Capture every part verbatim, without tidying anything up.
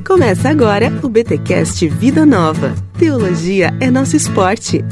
Começa agora o BTcast Vida Nova. Teologia é nosso esporte.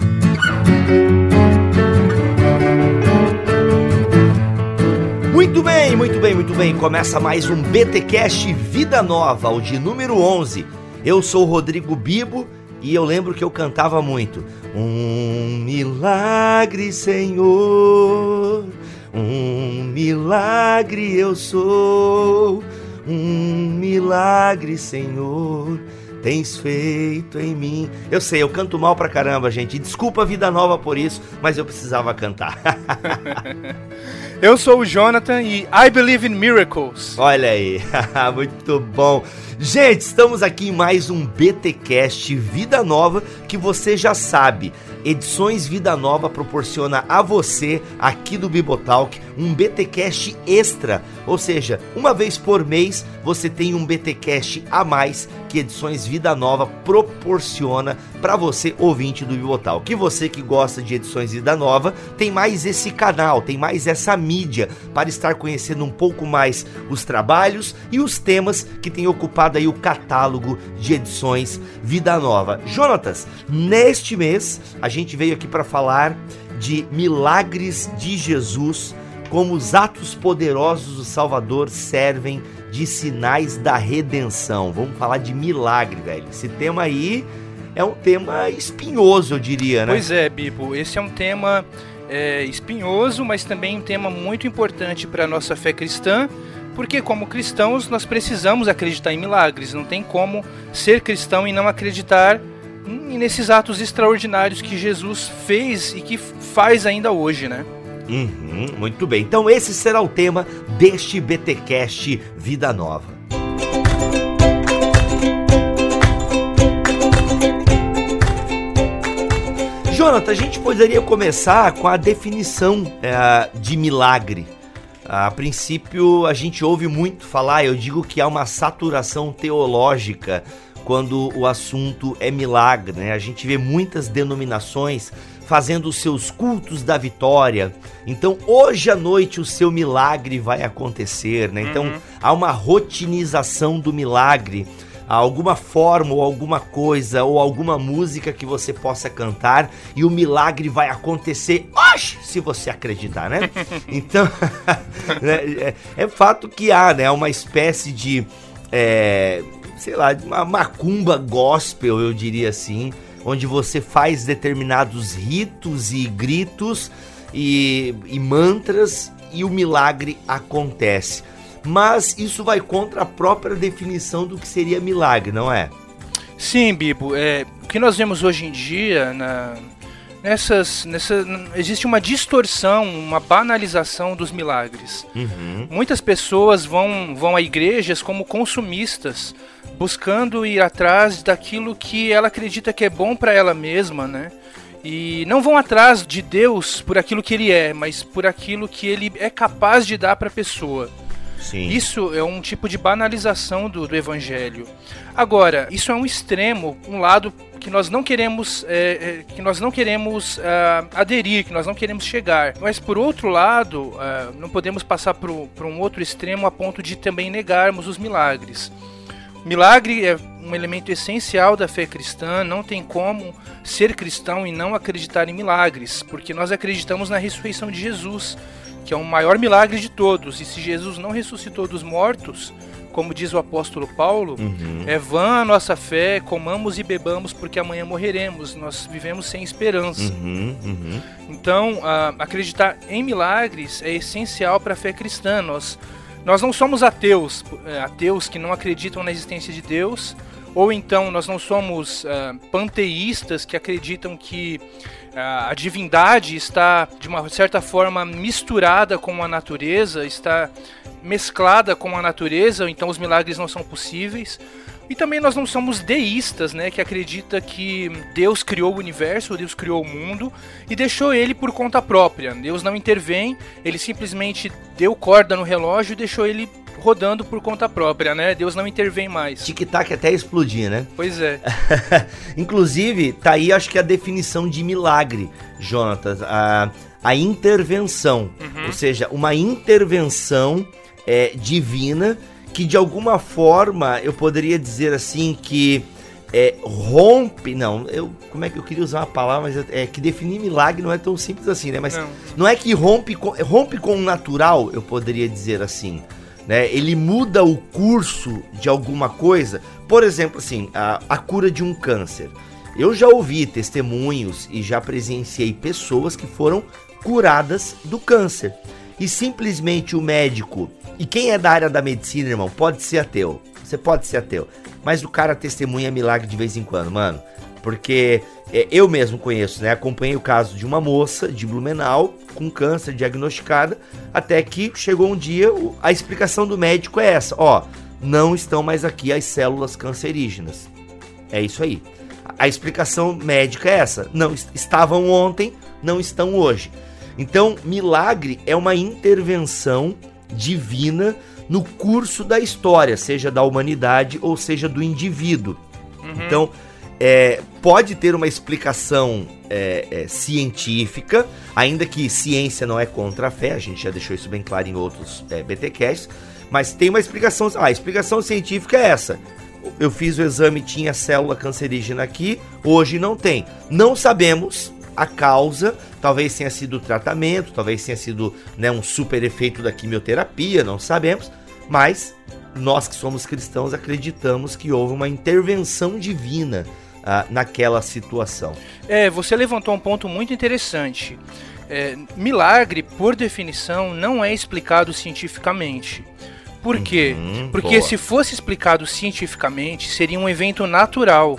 Muito bem, muito bem, muito bem. Começa mais um BTcast Vida Nova, o de número onze. Eu sou o Rodrigo Bibo e eu lembro que eu cantava muito. Um milagre, Senhor, um milagre eu sou, um milagre, Senhor, tens feito em mim. Eu sei, eu canto mal pra caramba, gente. Desculpa a Vida Nova por isso, mas eu precisava cantar. Eu sou o Jonathan e I believe in miracles. Olha aí, muito bom. Gente, estamos aqui em mais um BTcast Vida Nova, que você já sabe. Edições Vida Nova proporciona a você, aqui do Bibotalk, um BTcast extra. Ou seja, uma vez por mês você tem um BTcast a mais que Edições Vida Nova proporciona para você, ouvinte do Bibotalk. E você que gosta de Edições Vida Nova, tem mais esse canal, tem mais essa mídia para estar conhecendo um pouco mais os trabalhos e os temas que tem ocupado aí o catálogo de Edições Vida Nova. Jonatas, neste mês a gente veio aqui para falar de milagres de Jesus, como os atos poderosos do Salvador servem de sinais da redenção. Vamos falar de milagre, velho. Esse tema aí é um tema espinhoso, eu diria, né? Pois é, Bibo. Esse é um tema é, espinhoso, mas também um tema muito importante para a nossa fé cristã, porque como cristãos nós precisamos acreditar em milagres. Não tem como ser cristão e não acreditar nesses atos extraordinários que Jesus fez e que faz ainda hoje, né? Uhum, muito bem. Então esse será o tema deste BTcast Vida Nova. Jonathan, a gente poderia começar com a definição é, de milagre. A princípio a gente ouve muito falar, eu digo que há uma saturação teológica quando o assunto é milagre, né? A gente vê muitas denominações fazendo os seus cultos da vitória. Então, hoje à noite o seu milagre vai acontecer, né? Então, uhum. há uma rotinização do milagre. Há alguma forma ou alguma coisa ou alguma música que você possa cantar e o milagre vai acontecer, oxe, se você acreditar, né? Então, é, é fato que há, né, uma espécie de, é, sei lá, uma macumba gospel, eu diria assim, onde você faz determinados ritos e gritos e, e mantras e o milagre acontece. Mas isso vai contra a própria definição do que seria milagre, não é? Sim, Bibo. É, o que nós vemos hoje em dia, na, nessas, nessa, existe uma distorção, uma banalização dos milagres. Uhum. Muitas pessoas vão, vão a igrejas como consumistas, buscando ir atrás daquilo que ela acredita que é bom para ela mesma, né? E não vão atrás de Deus por aquilo que Ele é, mas por aquilo que Ele é capaz de dar para a pessoa. Sim. Isso é um tipo de banalização do, do evangelho. Agora, isso é um extremo, um lado que nós não queremos, é, é, que nós não queremos uh, aderir, que nós não queremos chegar. Mas por outro lado, uh, não podemos passar para um outro extremo a ponto de também negarmos os milagres. Milagre é um elemento essencial da fé cristã, não tem como ser cristão e não acreditar em milagres, porque nós acreditamos na ressurreição de Jesus, que é o maior milagre de todos. E se Jesus não ressuscitou dos mortos, como diz o apóstolo Paulo, uhum. é vã a nossa fé, comamos e bebamos porque amanhã morreremos, nós vivemos sem esperança. Uhum, uhum. Então, uh, acreditar em milagres é essencial para a fé cristã. Nós, nós não somos ateus, ateus que não acreditam na existência de Deus, ou então nós não somos uh, panteístas que acreditam que a divindade está, de uma certa forma, misturada com a natureza, está mesclada com a natureza, então os milagres não são possíveis. E também nós não somos deístas, né, que acredita que Deus criou o universo, Deus criou o mundo e deixou ele por conta própria. Deus não intervém, ele simplesmente deu corda no relógio e deixou ele rodando por conta própria, né? Deus não intervém mais. Tic-tac até explodir, né? Pois é. Inclusive, tá aí acho que a definição de milagre, Jonatas, a, a intervenção, uhum. ou seja, uma intervenção é, divina que de alguma forma eu poderia dizer assim que é, rompe, não, eu, como é que eu queria usar uma palavra, mas é que definir milagre não é tão simples assim, né? Mas não, não é que rompe com, rompe com o natural, eu poderia dizer assim, né? Ele muda o curso de alguma coisa, por exemplo, assim, a, a cura de um câncer. Eu já ouvi testemunhos e já presenciei pessoas que foram curadas do câncer. E simplesmente o médico, e quem é da área da medicina, irmão, pode ser ateu, você pode ser ateu, mas o cara testemunha milagre de vez em quando, mano. Porque é, eu mesmo conheço, né? Acompanhei o caso de uma moça de Blumenau com câncer diagnosticada, até que chegou um dia, a explicação do médico é essa, ó, não estão mais aqui as células cancerígenas. É isso aí. A explicação médica é essa, não estavam ontem, não estão hoje. Então, milagre é uma intervenção divina no curso da história, seja da humanidade ou seja do indivíduo. Uhum. Então, é, pode ter uma explicação é, é, científica, ainda que ciência não é contra a fé, a gente já deixou isso bem claro em outros é, BTcasts, mas tem uma explicação, ah, a explicação científica é essa. Eu fiz o exame, tinha célula cancerígena aqui, hoje não tem. Não sabemos a causa, talvez tenha sido o tratamento, talvez tenha sido, né, um super efeito da quimioterapia, não sabemos, mas nós que somos cristãos acreditamos que houve uma intervenção divina ah, naquela situação. É, você levantou um ponto muito interessante. É, milagre, por definição, não é explicado cientificamente. Por quê? Uhum, Porque boa. Se fosse explicado cientificamente, seria um evento natural.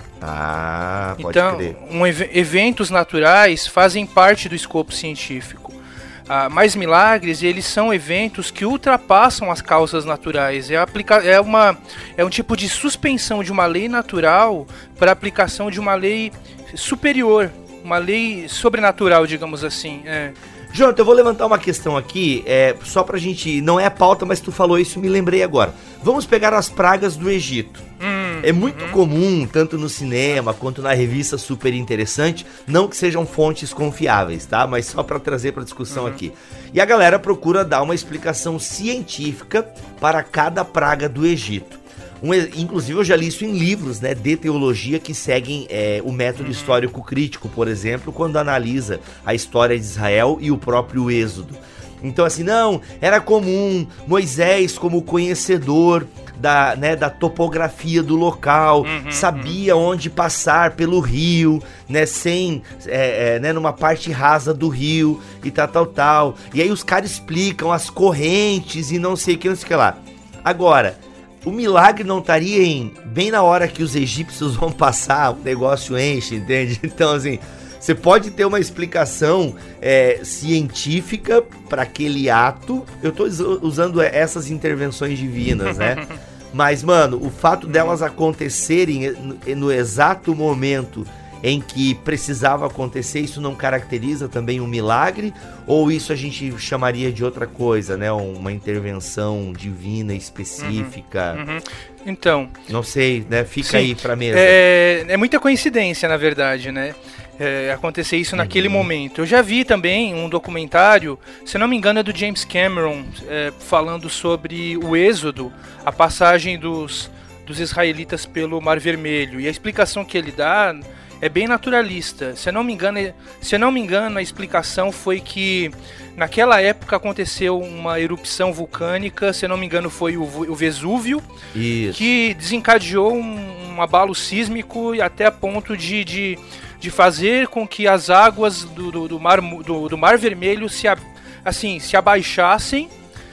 Ah, pode então, crer. Um ev- eventos naturais fazem parte do escopo científico. Ah, mas milagres, eles são eventos que ultrapassam as causas naturais. É, aplica- é, uma, é um tipo de suspensão de uma lei natural para a aplicação de uma lei superior, uma lei sobrenatural, digamos assim. É. Jonathan, eu vou levantar uma questão aqui, é, só pra gente, não é a pauta, mas tu falou isso e me lembrei agora. Vamos pegar as pragas do Egito. Hum, é muito hum. comum, tanto no cinema quanto na revista Super Interessante, não que sejam fontes confiáveis, tá? Mas só pra trazer pra discussão hum. aqui. E a galera procura dar uma explicação científica para cada praga do Egito. Um, inclusive eu já li isso em livros, né, de teologia que seguem é, o método uhum. histórico crítico, por exemplo, quando analisa a história de Israel e o próprio Êxodo. Então assim, não, era comum Moisés como conhecedor da, né, da topografia do local, uhum, sabia uhum. onde passar pelo rio, né, sem, é, é, né, numa parte rasa do rio e tal, tal, tal. E aí os caras explicam as correntes e não sei o que, não sei o que lá. Agora, o milagre não estaria em, bem na hora que os egípcios vão passar, o negócio enche, entende? Então, assim, você pode ter uma explicação é, científica para aquele ato. Eu tô usando essas intervenções divinas, né? Mas, mano, o fato delas acontecerem no, no exato momento em que precisava acontecer, isso não caracteriza também um milagre? Ou isso a gente chamaria de outra coisa, né? Uma intervenção divina específica? Uhum, uhum. Então... Não sei, né? Fica sim, aí pra mesa. É, é muita coincidência, na verdade, né? É, acontecer isso uhum. naquele momento. Eu já vi também um documentário, se não me engano é do James Cameron, é, falando sobre o Êxodo, a passagem dos, dos israelitas pelo Mar Vermelho. E a explicação que ele dá... é bem naturalista. Se eu não me engano, se eu não me engano, a explicação foi que naquela época aconteceu uma erupção vulcânica, se eu não me engano foi o, o Vesúvio, Isso. que desencadeou um, um abalo sísmico e até a ponto de, de, de fazer com que as águas do, do, do, mar, do, do Mar Vermelho se, assim, se abaixassem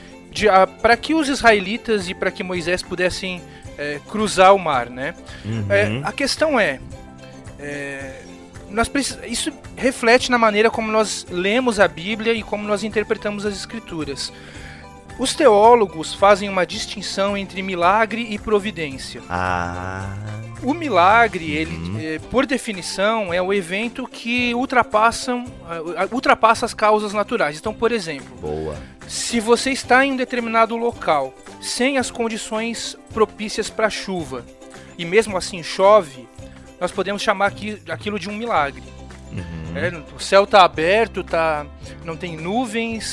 para que os israelitas e para que Moisés pudessem é, cruzar o mar, né? Uhum. É, a questão é É, nós precis... isso reflete na maneira como nós lemos a Bíblia e como nós interpretamos as Escrituras. Os teólogos fazem uma distinção entre milagre e providência. Ah. O milagre, ele, uhum. é, por definição, é o evento que ultrapassam, uh, ultrapassa as causas naturais. Então, por exemplo, Boa. se você está em um determinado local sem as condições propícias para chuva e mesmo assim chove, nós podemos chamar aqui, aquilo de um milagre. Uhum. É, o céu está aberto, tá, não tem nuvens,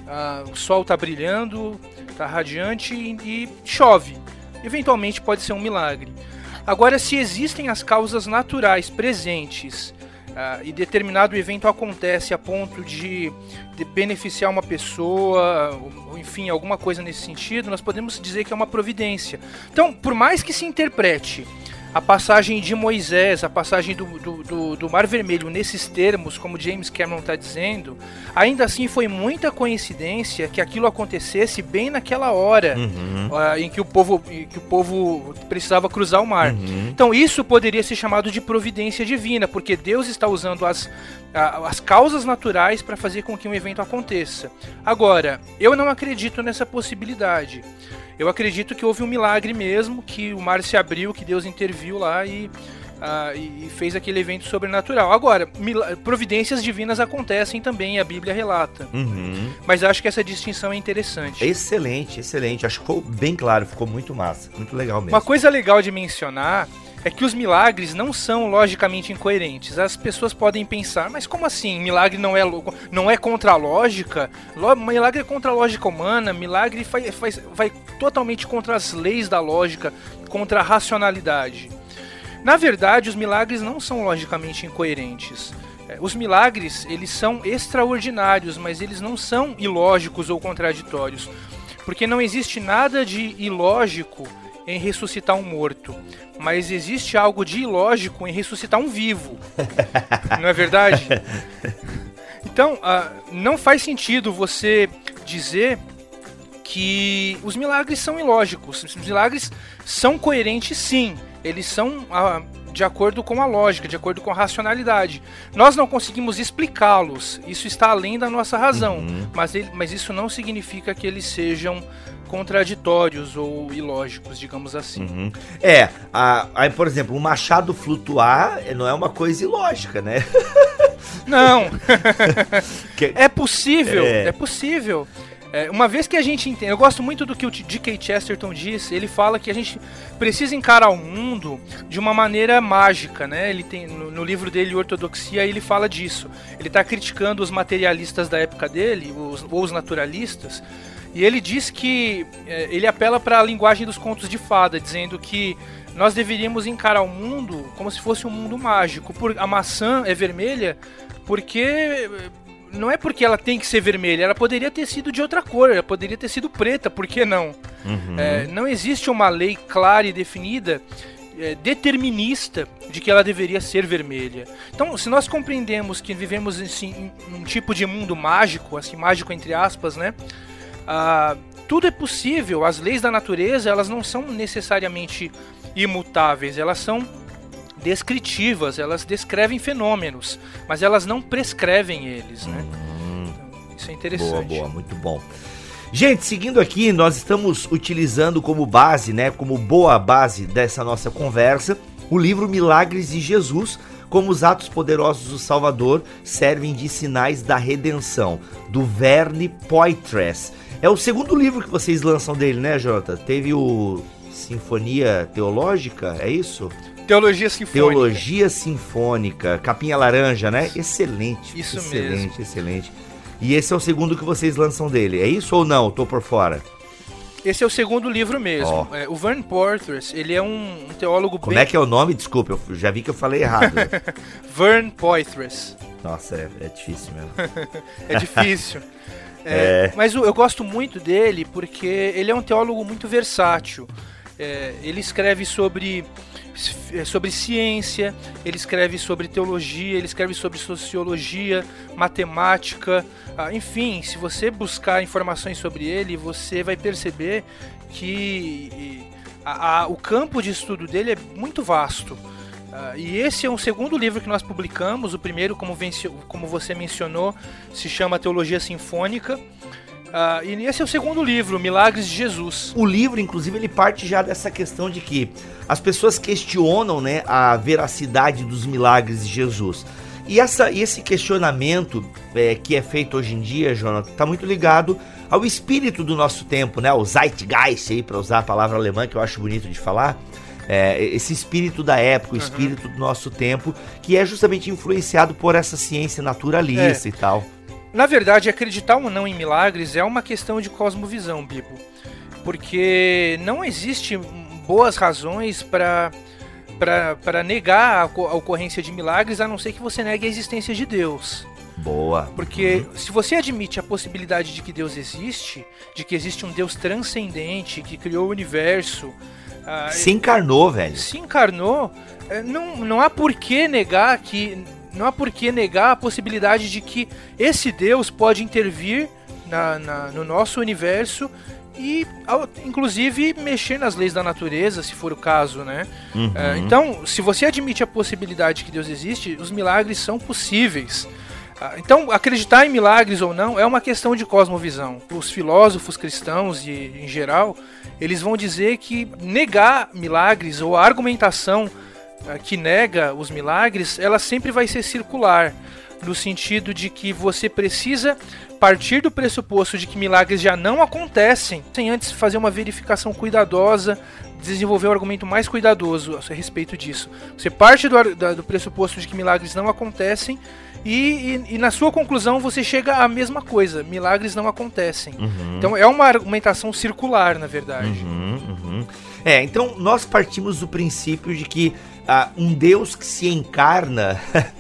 ah, o sol está brilhando, está radiante e, e chove. Eventualmente pode ser um milagre. Agora, se existem as causas naturais presentes uh, e determinado evento acontece a ponto de, de beneficiar uma pessoa, ou, enfim, alguma coisa nesse sentido, nós podemos dizer que é uma providência. Então, por mais que se interprete a passagem de Moisés, a passagem do, do, do, do Mar Vermelho nesses termos, como James Cameron está dizendo, ainda assim foi muita coincidência que aquilo acontecesse bem naquela hora uhum. uh, em, que o povo, em que o povo precisava cruzar o mar. Uhum. Então isso poderia ser chamado de providência divina, porque Deus está usando as, uh, as causas naturais para fazer com que um evento aconteça. Agora, eu não acredito nessa possibilidade. Eu acredito que houve um milagre mesmo, que o mar se abriu, que Deus interviu lá e, uh, e fez aquele evento sobrenatural. Agora, providências divinas acontecem também, a Bíblia relata. Uhum. Mas acho que essa distinção é interessante. Excelente, excelente. Acho que ficou bem claro, ficou muito massa, muito legal mesmo. Uma coisa legal de mencionar é que os milagres não são logicamente incoerentes. As pessoas podem pensar, mas como assim? Milagre não é, não é contra a lógica? Milagre é contra a lógica humana, milagre faz, faz, vai totalmente contra as leis da lógica, contra a racionalidade. Na verdade, os milagres não são logicamente incoerentes. Os milagres, eles são extraordinários, mas eles não são ilógicos ou contraditórios. Porque não existe nada de ilógico em ressuscitar um morto, mas existe algo de ilógico em ressuscitar um vivo. Não é verdade? Então, uh, não faz sentido você dizer que os milagres são ilógicos. Os milagres são coerentes, sim. Eles são uh, de acordo com a lógica, de acordo com a racionalidade. Nós não conseguimos explicá-los. Isso está além da nossa razão. Uhum. Mas, ele, mas isso não significa que eles sejam contraditórios ou ilógicos, digamos assim. Uhum. É, a, a, por exemplo, um machado flutuar não é uma coisa ilógica, né? Não. que... É possível, é, é possível. É, uma vez que a gente entende, eu gosto muito do que o D K Chesterton diz, ele fala que a gente precisa encarar o mundo de uma maneira mágica, né? Ele tem, no, no livro dele, Ortodoxia, ele fala disso. Ele está criticando os materialistas da época dele, os, ou os naturalistas, e ele diz que é, ele apela para a linguagem dos contos de fada, dizendo que nós deveríamos encarar o mundo como se fosse um mundo mágico. Por, a maçã é vermelha porque... Não é porque ela tem que ser vermelha, ela poderia ter sido de outra cor, ela poderia ter sido preta, por que não? Uhum. É, não existe uma lei clara e definida, é, determinista, de que ela deveria ser vermelha. Então, se nós compreendemos que vivemos assim, em um tipo de mundo mágico, assim, mágico entre aspas, né? Ah, tudo é possível, as leis da natureza, elas não são necessariamente imutáveis, elas são descritivas, elas descrevem fenômenos, mas elas não prescrevem eles, né? Hum, então, isso é interessante. Boa, boa, muito bom. Gente, seguindo aqui, nós estamos utilizando como base, né, como boa base dessa nossa conversa, o livro Milagres de Jesus, como os atos poderosos do Salvador servem de sinais da redenção, do Verne Poitras. É o segundo livro que vocês lançam dele, né, Jota? Teve o Sinfonia Teológica, é isso? Teologia Sinfônica. Teologia Sinfônica, capinha laranja, né? Excelente. Isso excelente, mesmo. Excelente, excelente. E esse é o segundo que vocês lançam dele, é isso ou não? Tô por fora. Esse é o segundo livro mesmo. Oh. É, o Verne Poitras, ele é um, um teólogo Como bem... Como é que é o nome? Desculpa, eu já vi que eu falei errado. Verne Poitras. Nossa, é, é difícil mesmo. É difícil. É, é. Mas eu, eu gosto muito dele porque ele é um teólogo muito versátil. É, ele escreve sobre... sobre ciência, ele escreve sobre teologia, ele escreve sobre sociologia, matemática, enfim, se você buscar informações sobre ele, você vai perceber que a, a, o campo de estudo dele é muito vasto. Uh, e esse é um segundo livro que nós publicamos. O primeiro, como, venci, como você mencionou, se chama Teologia Sinfônica. Uh, e esse é o segundo livro, Milagres de Jesus. O livro, inclusive, ele parte já dessa questão de que as pessoas questionam, né, a veracidade dos milagres de Jesus. E essa, esse questionamento é, que é feito hoje em dia, Jonathan, está muito ligado ao espírito do nosso tempo, né, o Zeitgeist, aí, para usar a palavra alemã, que eu acho bonito de falar. É, esse espírito da época, o uhum. espírito do nosso tempo, que é justamente influenciado por essa ciência naturalista é. e tal. Na verdade, acreditar ou não em milagres é uma questão de cosmovisão, Bibo. Porque não existe boas razões para para negar a ocorrência de milagres, a não ser que você negue a existência de Deus. Boa. Porque se você admite a possibilidade de que Deus existe, de que existe um Deus transcendente, que criou o universo... Uh, se encarnou, velho. Se encarnou, não, não há por que negar que... Não há por que negar a possibilidade de que esse Deus pode intervir na, na, no nosso universo e, inclusive, mexer nas leis da natureza, se for o caso, né? Uhum. Uh, então, se você admite a possibilidade de que Deus existe, os milagres são possíveis. Uh, então, acreditar em milagres ou não é uma questão de cosmovisão. Os filósofos cristãos, e, em geral, eles vão dizer que negar milagres ou a argumentação uh, que nega os milagres, ela sempre vai ser circular, no sentido de que você precisa partir do pressuposto de que milagres já não acontecem, sem antes fazer uma verificação cuidadosa, desenvolver um argumento mais cuidadoso a respeito disso. Você parte do, do pressuposto de que milagres não acontecem e, e, e na sua conclusão você chega à mesma coisa, milagres não acontecem. Uhum. Então é uma argumentação circular, na verdade. Uhum, uhum. É, então nós partimos do princípio de que uh, um Deus que se encarna...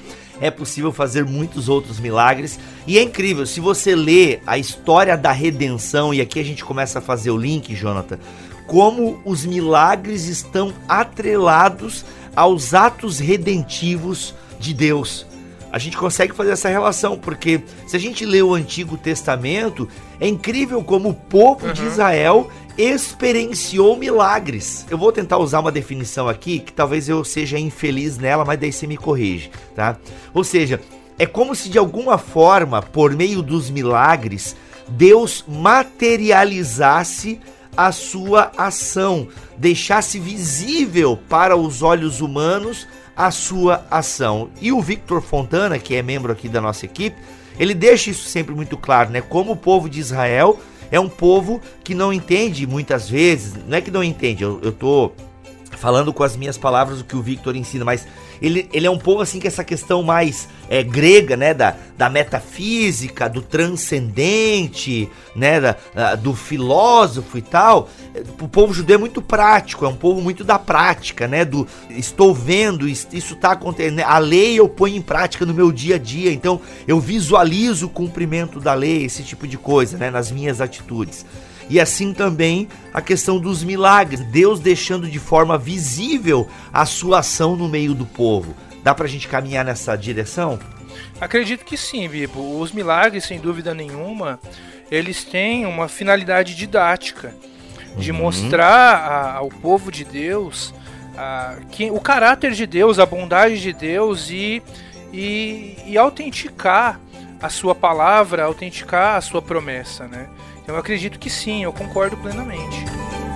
é possível fazer muitos outros milagres. E é incrível, se você lê a história da redenção, e aqui a gente começa a fazer o link, Jonathan, como os milagres estão atrelados aos atos redentivos de Deus. A gente consegue fazer essa relação, porque se a gente lê o Antigo Testamento, é incrível como o povo uhum. de Israel experienciou milagres. Eu vou tentar usar uma definição aqui, que talvez eu seja infeliz nela, mas daí você me corrige, tá? Ou seja, é como se de alguma forma, por meio dos milagres, Deus materializasse a sua ação, deixasse visível para os olhos humanos a sua ação. E o Victor Fontana, que é membro aqui da nossa equipe, ele deixa isso sempre muito claro, né? Como o povo de Israel é um povo que não entende muitas vezes, não é que não entende, eu, eu tô falando com as minhas palavras o que o Victor ensina, mas ele, ele é um povo assim que essa questão mais é, grega, né, da, da metafísica, do transcendente, né, da, do filósofo e tal, o povo judeu é muito prático, é um povo muito da prática, né, do estou vendo, isso tá acontecendo, a lei eu ponho em prática no meu dia a dia, então eu visualizo o cumprimento da lei, esse tipo de coisa, né, nas minhas atitudes. E assim também a questão dos milagres, Deus deixando de forma visível a sua ação no meio do povo. Dá pra gente caminhar nessa direção? Acredito que sim, Bibo. Os milagres, sem dúvida nenhuma, eles têm uma finalidade didática, de uhum. mostrar a, ao povo de Deus a, que, o caráter de Deus, a bondade de Deus e, e, e autenticar a sua palavra, autenticar a sua promessa, né? Então eu acredito que sim, eu concordo plenamente.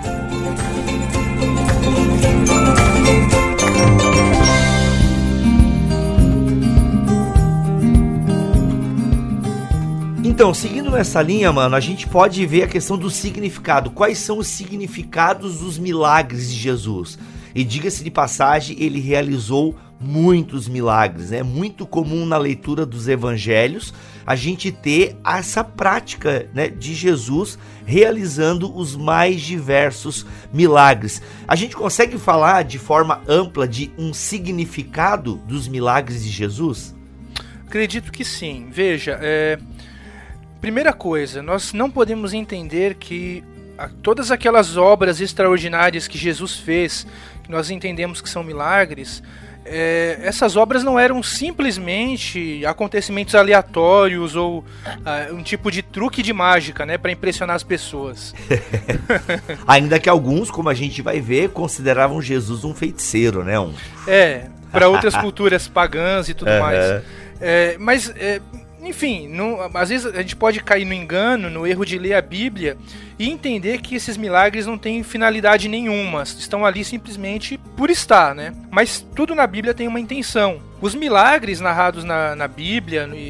Então, seguindo nessa linha, mano, a gente pode ver a questão do significado. Quais são os significados dos milagres de Jesus? E diga-se de passagem, ele realizou muitos milagres. É muito comum na leitura dos evangelhos a gente ter essa prática, né, de Jesus realizando os mais diversos milagres. A gente consegue falar de forma ampla de um significado dos milagres de Jesus? Acredito que sim. Veja, é... primeira coisa, nós não podemos entender que todas aquelas obras extraordinárias que Jesus fez, que nós entendemos que são milagres, é, essas obras não eram simplesmente acontecimentos aleatórios ou uh, um tipo de truque de mágica, né, para impressionar as pessoas. Ainda que alguns, como a gente vai ver, consideravam Jesus um feiticeiro, né? Um... É, para outras culturas pagãs e tudo uhum. mais. É, mas... É, Enfim, não, às vezes a gente pode cair no engano, no erro de ler a Bíblia e entender que esses milagres não têm finalidade nenhuma, estão ali simplesmente por estar, né? Mas tudo na Bíblia tem uma intenção. Os milagres narrados na, na Bíblia,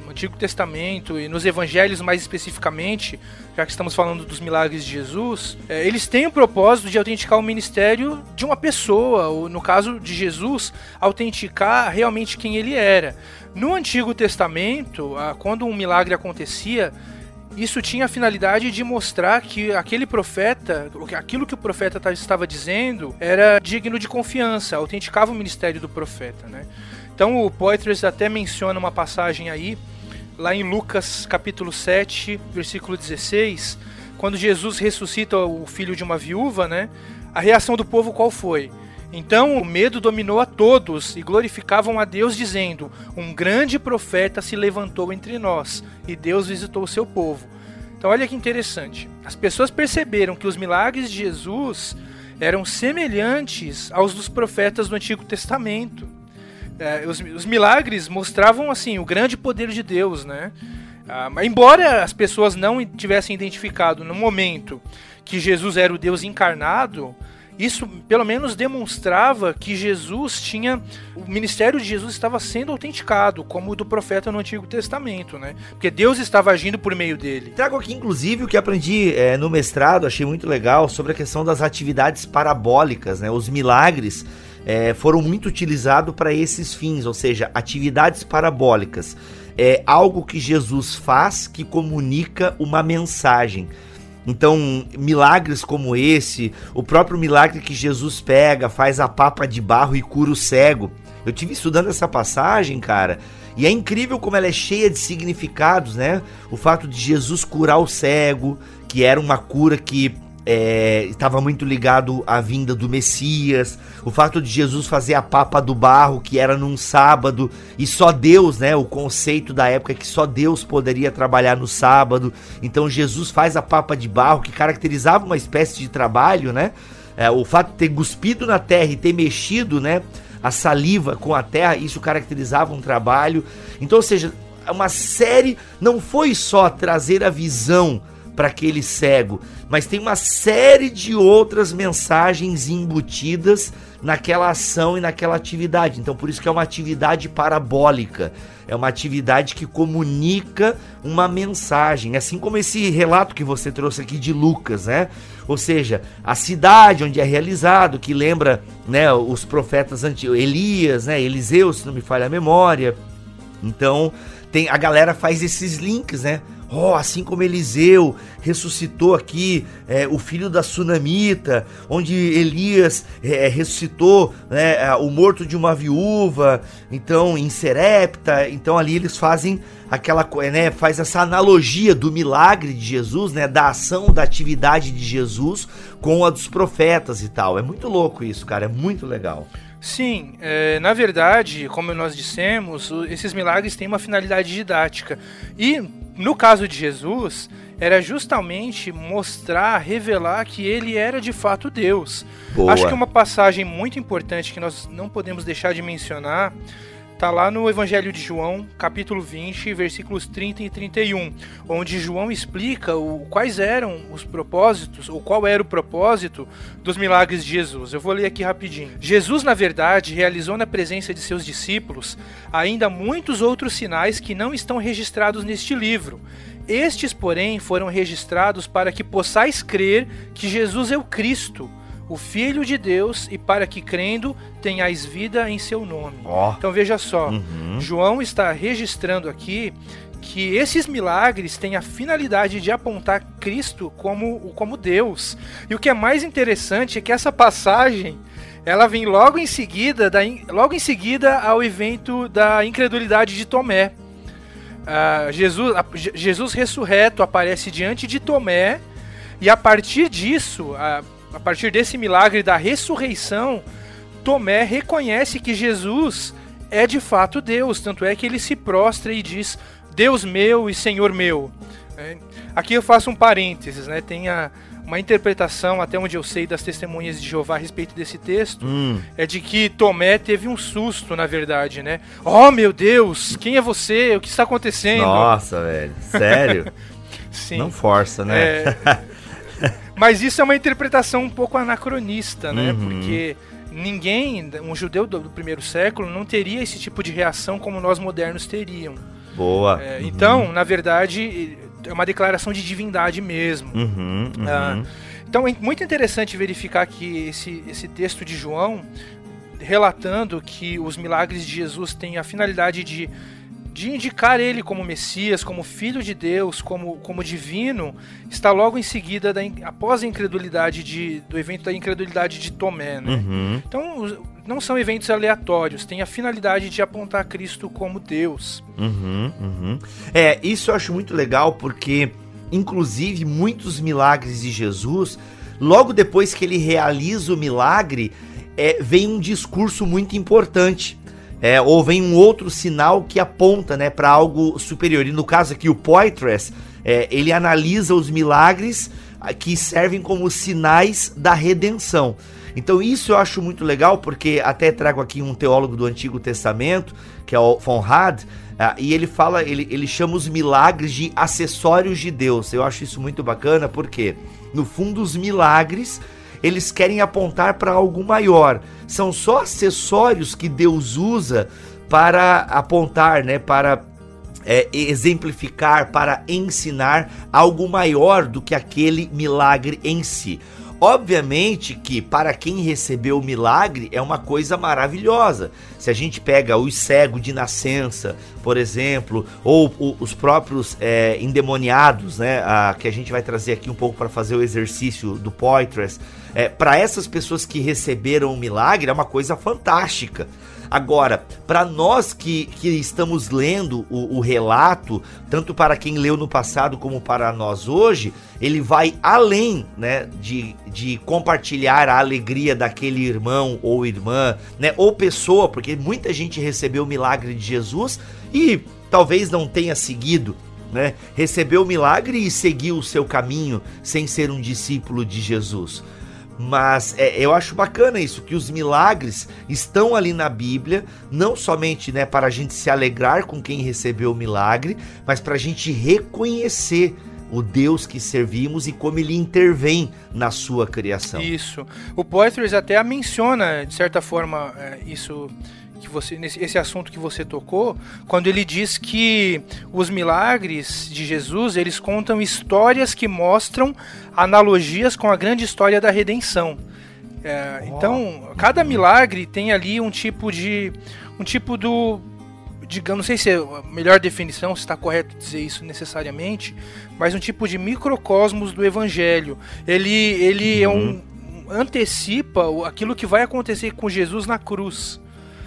Antigo Testamento e nos Evangelhos mais especificamente, já que estamos falando dos milagres de Jesus, é, eles têm o propósito de autenticar o ministério de uma pessoa, ou no caso de Jesus, autenticar realmente quem ele era. No Antigo Testamento, quando um milagre acontecia, isso tinha a finalidade de mostrar que aquele profeta, aquilo que o profeta estava dizendo, era digno de confiança, autenticava o ministério do profeta, né? Então o Poitras até menciona uma passagem aí, lá em Lucas capítulo sete, versículo dezesseis, quando Jesus ressuscita o filho de uma viúva, né? A reação do povo qual foi? Então o medo dominou a todos e glorificavam a Deus dizendo: um grande profeta se levantou entre nós e Deus visitou o seu povo. Então olha que interessante, as pessoas perceberam que os milagres de Jesus eram semelhantes aos dos profetas do Antigo Testamento. É, os, os milagres mostravam assim o grande poder de Deus, né? Ah, embora as pessoas não tivessem identificado no momento que Jesus era o Deus encarnado, isso pelo menos demonstrava que Jesus tinha, o ministério de Jesus estava sendo autenticado, como o do profeta no Antigo Testamento, né? Porque Deus estava agindo por meio dele. Trago aqui inclusive o que aprendi é, no mestrado, achei muito legal, sobre a questão das atividades parabólicas, né? Os milagres é, foram muito utilizados para esses fins, ou seja, atividades parabólicas. É algo que Jesus faz que comunica uma mensagem. Então, milagres como esse, o próprio milagre que Jesus pega, faz a papa de barro e cura o cego. Eu tive estudando essa passagem, cara, e é incrível como ela é cheia de significados, né? O fato de Jesus curar o cego, que era uma cura que é, estava muito ligado à vinda do Messias. O fato de Jesus fazer a papa do barro, que era num sábado, e só Deus, né? O conceito da época é que só Deus poderia trabalhar no sábado. Então Jesus faz a papa de barro, que caracterizava uma espécie de trabalho, né? É, o fato de ter cuspido na terra e ter mexido, né, a saliva com a terra, isso caracterizava um trabalho. Então, ou seja, uma série, não foi só trazer a visão para aquele cego, mas tem uma série de outras mensagens embutidas naquela ação e naquela atividade. Então por isso que é uma atividade parabólica, é uma atividade que comunica uma mensagem, assim como esse relato que você trouxe aqui de Lucas, né? Ou seja, a cidade onde é realizado, que lembra, né, os profetas antigos, Elias, né, Eliseu, se não me falha a memória. Então tem, a galera faz esses links, né? Oh, assim como Eliseu ressuscitou aqui é, o filho da Sunamita, onde Elias é, ressuscitou, né, o morto de uma viúva, então em Serepta, então ali eles fazem aquela, né, faz essa analogia do milagre de Jesus, né, da ação, da atividade de Jesus com a dos profetas e tal. É muito louco isso, cara, é muito legal. Sim, é, na verdade, como nós dissemos, esses milagres têm uma finalidade didática. E, no caso de Jesus, era justamente mostrar, revelar que ele era de fato Deus. Boa. Acho que uma passagem muito importante que nós não podemos deixar de mencionar está lá no Evangelho de João, capítulo vinte, versículos trinta e trinta e um, onde João explica o, quais eram os propósitos, ou qual era o propósito dos milagres de Jesus. Eu vou ler aqui rapidinho. Jesus, na verdade, realizou na presença de seus discípulos ainda muitos outros sinais que não estão registrados neste livro. Estes, porém, foram registrados para que possais crer que Jesus é o Cristo, o Filho de Deus, e para que, crendo, tenhais vida em seu nome. Oh. Então veja só, uhum. João está registrando aqui que esses milagres têm a finalidade de apontar Cristo como, como Deus. E o que é mais interessante é que essa passagem, ela vem logo em seguida, da, logo em seguida ao evento da incredulidade de Tomé. Uh, Jesus, a, Jesus ressurreto aparece diante de Tomé, e a partir disso, a, a partir desse milagre da ressurreição, Tomé reconhece que Jesus é de fato Deus, tanto é que ele se prostra e diz: Deus meu e Senhor meu. É, aqui eu faço um parênteses, né? Tem a, uma interpretação, até onde eu sei, das testemunhas de Jeová a respeito desse texto, hum. é de que Tomé teve um susto, na verdade, né? Oh, meu Deus, quem é você? O que está acontecendo? Nossa, velho, sério? Sim. Não força, né? É... Mas isso é uma interpretação um pouco anacronista, né? Uhum. Porque ninguém, um judeu do, do primeiro século, não teria esse tipo de reação como nós modernos teríamos. Boa. É, uhum. Então, na verdade, é uma declaração de divindade mesmo. Uhum, uhum. Ah, então é muito interessante verificar que esse, esse texto de João, relatando que os milagres de Jesus têm a finalidade de, de indicar ele como Messias, como Filho de Deus, como, como divino, está logo em seguida, da, após a incredulidade de, do evento da incredulidade de Tomé. Né? Uhum. Então, não são eventos aleatórios, tem a finalidade de apontar Cristo como Deus. Uhum, uhum. É, isso eu acho muito legal, porque, inclusive, muitos milagres de Jesus, logo depois que ele realiza o milagre, é, vem um discurso muito importante. É, ou vem um outro sinal que aponta, né, para algo superior. E no caso aqui, o Poitras, é, ele analisa os milagres que servem como sinais da redenção. Então isso eu acho muito legal, porque até trago aqui um teólogo do Antigo Testamento, que é o von Rad, uh, e ele fala, ele, ele chama os milagres de acessórios de Deus. Eu acho isso muito bacana, porque no fundo os milagres, eles querem apontar para algo maior. São só acessórios que Deus usa para apontar, né, para é, exemplificar, para ensinar algo maior do que aquele milagre em si. Obviamente que para quem recebeu o milagre é uma coisa maravilhosa. Se a gente pega os cegos de nascença, por exemplo, ou o, os próprios é, endemoniados, né, a, que a gente vai trazer aqui um pouco para fazer o exercício do Poitras, é, para essas pessoas que receberam o milagre é uma coisa fantástica. Agora, para nós que, que estamos lendo o, o relato, tanto para quem leu no passado como para nós hoje, ele vai além, né, de, de compartilhar a alegria daquele irmão ou irmã, né, ou pessoa, porque muita gente recebeu o milagre de Jesus e talvez não tenha seguido, né, recebeu o milagre e seguiu o seu caminho sem ser um discípulo de Jesus. Mas é, eu acho bacana isso, que os milagres estão ali na Bíblia, não somente, né, para a gente se alegrar com quem recebeu o milagre, mas para a gente reconhecer o Deus que servimos e como ele intervém na sua criação. Isso. O Poitras até menciona, de certa forma, isso... que você, nesse, esse assunto que você tocou, quando ele diz que os milagres de Jesus, eles contam histórias que mostram analogias com a grande história da redenção. É, oh. Então, cada milagre tem ali um tipo de... um tipo do... digamos, não sei se é a melhor definição, se está correto dizer isso necessariamente, mas um tipo de microcosmos do Evangelho. Ele, ele uhum. é um, antecipa aquilo que vai acontecer com Jesus na cruz.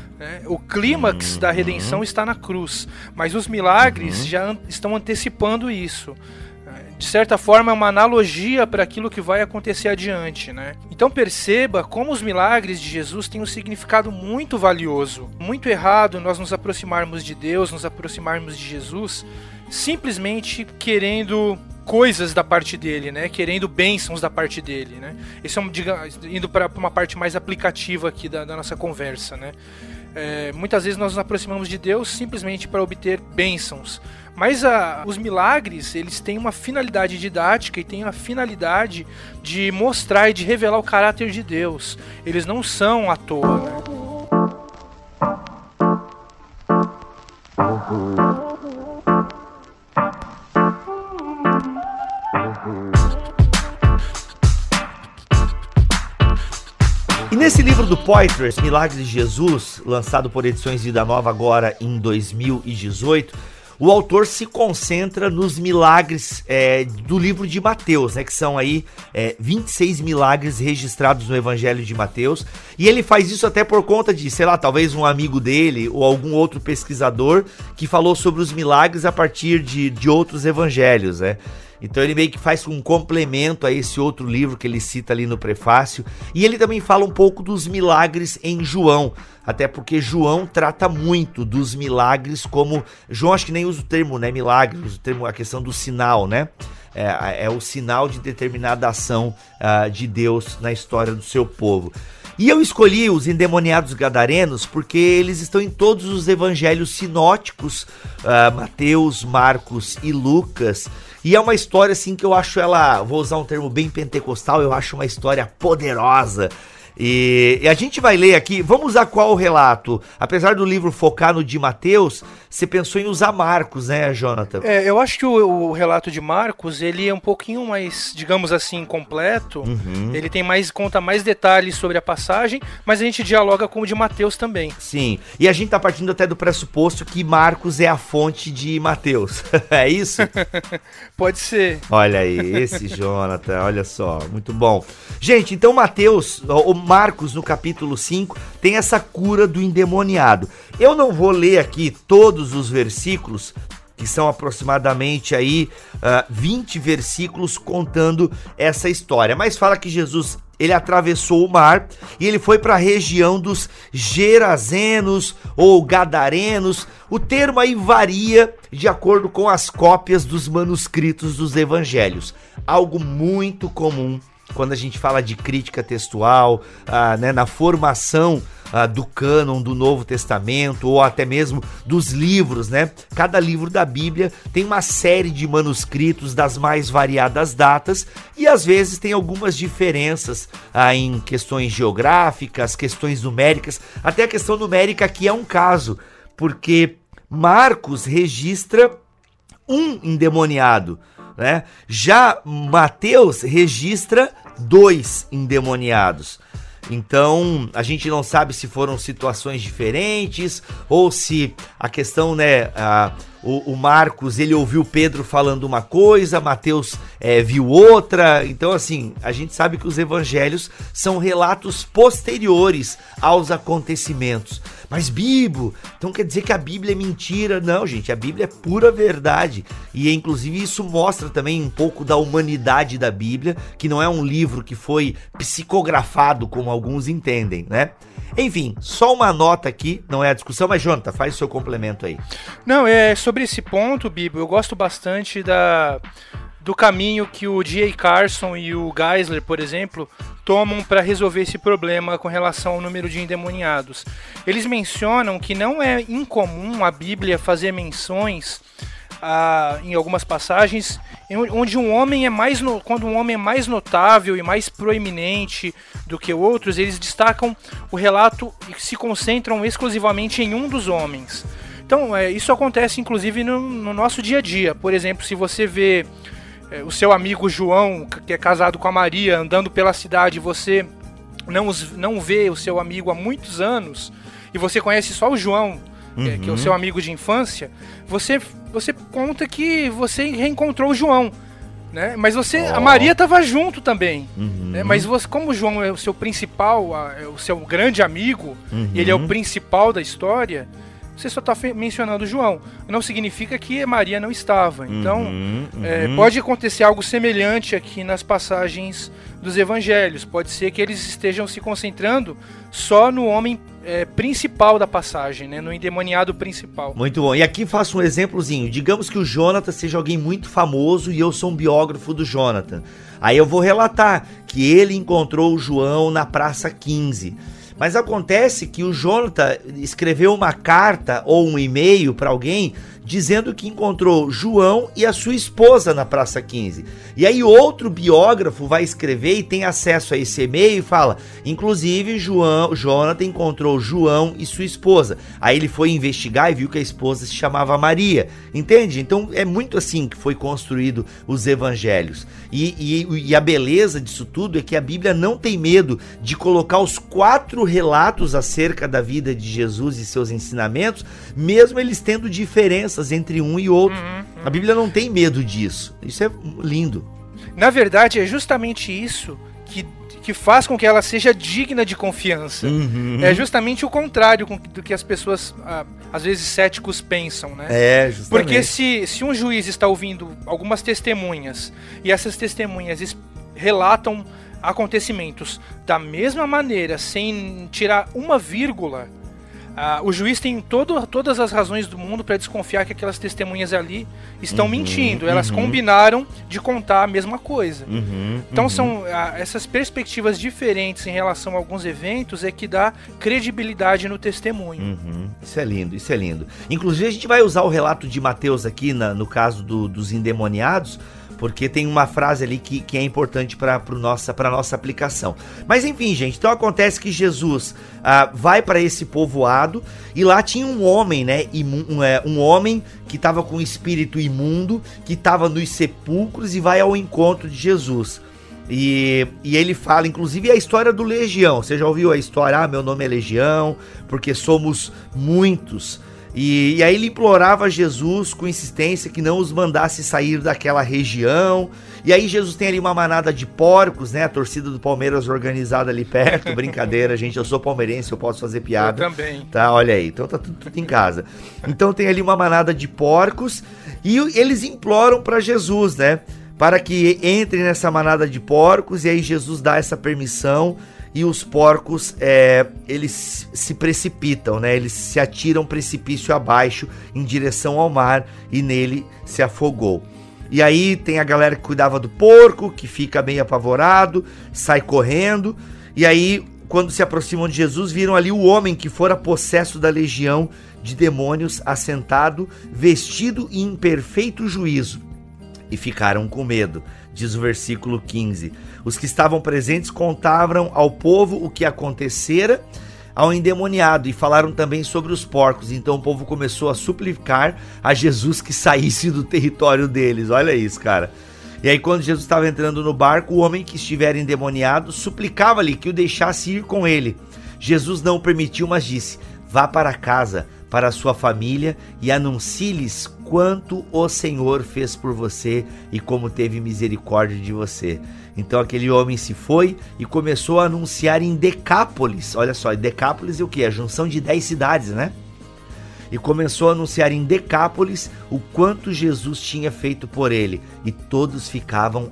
O clímax uhum. da redenção está na cruz, mas os milagres uhum. já an- estão antecipando isso. De certa forma é uma analogia para aquilo que vai acontecer adiante, né? Então perceba como os milagres de Jesus têm um significado muito valioso. Muito errado nós nos aproximarmos de Deus, nos aproximarmos de Jesus, simplesmente querendo coisas da parte dele, né? Querendo bênçãos da parte dele, né? Isso é um, diga, indo para uma parte mais aplicativa aqui da, da nossa conversa, né? É, muitas vezes nós nos aproximamos de Deus simplesmente para obter bênçãos, mas a, os milagres, eles têm uma finalidade didática e têm uma finalidade de mostrar e de revelar o caráter de Deus. Eles não são à toa, né? E nesse livro do Poitras, Milagres de Jesus, lançado por Edições Vida Nova agora em dois mil e dezoito, o autor se concentra nos milagres é, do livro de Mateus, né, que são aí é, vinte e seis milagres registrados no Evangelho de Mateus, e ele faz isso até por conta de, sei lá, talvez um amigo dele ou algum outro pesquisador que falou sobre os milagres a partir de, de outros evangelhos, né? Então ele meio que faz um complemento a esse outro livro que ele cita ali no prefácio. E ele também fala um pouco dos milagres em João. Até porque João trata muito dos milagres como... João acho que nem usa o termo, né, milagre, usa o termo, a questão do sinal, né? É, é o sinal de determinada ação uh, de Deus na história do seu povo. E eu escolhi os endemoniados gadarenos porque eles estão em todos os evangelhos sinóticos, uh, Mateus, Marcos e Lucas. E é uma história assim que eu acho ela, vou usar um termo bem pentecostal, eu acho uma história poderosa. E, e a gente vai ler aqui, vamos usar qual relato? Apesar do livro focar no de Mateus, você pensou em usar Marcos, né, Jonathan? É, eu acho que o, o relato de Marcos, ele é um pouquinho mais, digamos assim, completo. Uhum. Ele tem mais, conta mais detalhes sobre a passagem, mas a gente dialoga com o de Mateus também. Sim, e a gente tá partindo até do pressuposto que Marcos é a fonte de Mateus, é isso? Pode ser. Olha aí, esse Jonathan, olha só, muito bom. Gente, então Mateus, o Marcos no capítulo cinco, tem essa cura do endemoniado. Eu não vou ler aqui todos os versículos, que são aproximadamente aí uh, vinte versículos contando essa história, mas fala que Jesus, ele atravessou o mar e ele foi para a região dos Gerazenos ou Gadarenos. O termo aí varia de acordo com as cópias dos manuscritos dos evangelhos, algo muito comum quando a gente fala de crítica textual, ah, né, na formação ah, do cânon do Novo Testamento ou até mesmo dos livros, né? Cada livro da Bíblia tem uma série de manuscritos das mais variadas datas e às vezes tem algumas diferenças ah, em questões geográficas, questões numéricas. Até a questão numérica aqui é um caso, porque Marcos registra um endemoniado, né? Já Mateus registra dois endemoniados. Então a gente não sabe se foram situações diferentes ou se a questão, né, a, o, o Marcos, ele ouviu Pedro falando uma coisa, Mateus é, viu outra. Então assim, a gente sabe que os evangelhos são relatos posteriores aos acontecimentos. Mas Bibo, então quer dizer que a Bíblia é mentira? Não, gente, a Bíblia é pura verdade. E inclusive isso mostra também um pouco da humanidade da Bíblia, que não é um livro que foi psicografado como alguns entendem, né? Enfim, só uma nota aqui, não é a discussão, mas Jonathan, faz o seu complemento aí. Não, é sobre esse ponto, Bibo, eu gosto bastante da... do caminho que o D A Carson e o Geisler, por exemplo, tomam para resolver esse problema com relação ao número de endemoniados. Eles mencionam que não é incomum a Bíblia fazer menções ah, em algumas passagens onde um homem é mais no... quando um homem é mais notável e mais proeminente do que outros, eles destacam o relato e se concentram exclusivamente em um dos homens. Então, é, isso acontece inclusive no, no nosso dia a dia. Por exemplo, se você vê o seu amigo João, que é casado com a Maria, andando pela cidade, você não, não vê o seu amigo há muitos anos, e você conhece só o João, uhum. é, que é o seu amigo de infância, você, você conta que você reencontrou o João, né? Mas você, oh. a Maria estava junto também, uhum. né? Mas você, como o João é o seu principal, é o seu grande amigo, uhum. e ele é o principal da história, você só está mencionando João. Não significa que Maria não estava. Então, uhum, uhum. É, pode acontecer algo semelhante aqui nas passagens dos evangelhos. Pode ser que eles estejam se concentrando só no homem é, principal da passagem, né? No endemoniado principal. Muito bom. E aqui faço um exemplozinho. Digamos que o Jonathan seja alguém muito famoso e eu sou um biógrafo do Jonathan. Aí eu vou relatar que ele encontrou o João na Praça quinze. Mas acontece que o Jonathan escreveu uma carta ou um e-mail para alguém dizendo que encontrou João e a sua esposa na Praça quinze. E aí outro biógrafo vai escrever e tem acesso a esse e-mail e fala, inclusive João, Jonathan encontrou João e sua esposa. Aí ele foi investigar e viu que a esposa se chamava Maria. Entende? Então é muito assim que foi construído os evangelhos. E, e, e a beleza disso tudo é que a Bíblia não tem medo de colocar os quatro relatos acerca da vida de Jesus e seus ensinamentos, mesmo eles tendo diferenças entre um e outro. Uhum, uhum. A Bíblia não tem medo disso. Isso é lindo. Na verdade, é justamente isso que, que faz com que ela seja digna de confiança. Uhum. É justamente o contrário do que as pessoas, às vezes, céticos pensam, né? É, justamente. Porque se, se um juiz está ouvindo algumas testemunhas e essas testemunhas relatam acontecimentos da mesma maneira, sem tirar uma vírgula, Uh, o juiz tem todo, todas as razões do mundo para desconfiar que aquelas testemunhas ali estão uhum, mentindo. Elas uhum. combinaram de contar a mesma coisa. Uhum, então uhum. são uh, essas perspectivas diferentes em relação a alguns eventos é que dá credibilidade no testemunho. Uhum. Isso é lindo, isso é lindo. Inclusive a gente vai usar o relato de Mateus aqui na, no caso do, dos endemoniados, porque tem uma frase ali que, que é importante para a nossa, para nossa aplicação. Mas enfim, gente, então acontece que Jesus ah, vai para esse povoado e lá tinha um homem, né, imu, um, é, um homem que estava com espírito imundo, que estava nos sepulcros e vai ao encontro de Jesus. E, e ele fala, inclusive, a história do Legião. Você já ouviu a história? Ah, meu nome é Legião, porque somos muitos. E, e aí ele implorava a Jesus com insistência que não os mandasse sair daquela região. E aí Jesus tem ali uma manada de porcos, né? A torcida do Palmeiras organizada ali perto. Brincadeira, gente, eu sou palmeirense, eu posso fazer piada. Eu também. Tá, olha aí, então tá tudo, tudo em casa. Então tem ali uma manada de porcos e eles imploram para Jesus, né? Para que entre nessa manada de porcos, e aí Jesus dá essa permissão e os porcos, é, eles se precipitam, né? Eles se atiram precipício abaixo em direção ao mar e nele se afogou. E aí tem a galera que cuidava do porco, que fica bem apavorado, sai correndo, e aí quando se aproximam de Jesus, viram ali o homem que fora possesso da legião de demônios assentado, vestido e em perfeito juízo. E ficaram com medo, diz o versículo quinze. Os que estavam presentes contavam ao povo o que acontecera ao endemoniado e falaram também sobre os porcos. Então o povo começou a suplicar a Jesus que saísse do território deles. Olha isso, cara. E aí quando Jesus estava entrando no barco, o homem que estivera endemoniado suplicava-lhe que o deixasse ir com ele. Jesus não o permitiu, mas disse: vá para casa, para a sua família, e anuncie-lhes quanto o Senhor fez por você e como teve misericórdia de você. Então aquele homem se foi e começou a anunciar em Decápolis. Olha só, Decápolis é o que? A junção de dez cidades, né? E começou a anunciar em Decápolis o quanto Jesus tinha feito por ele. E todos ficavam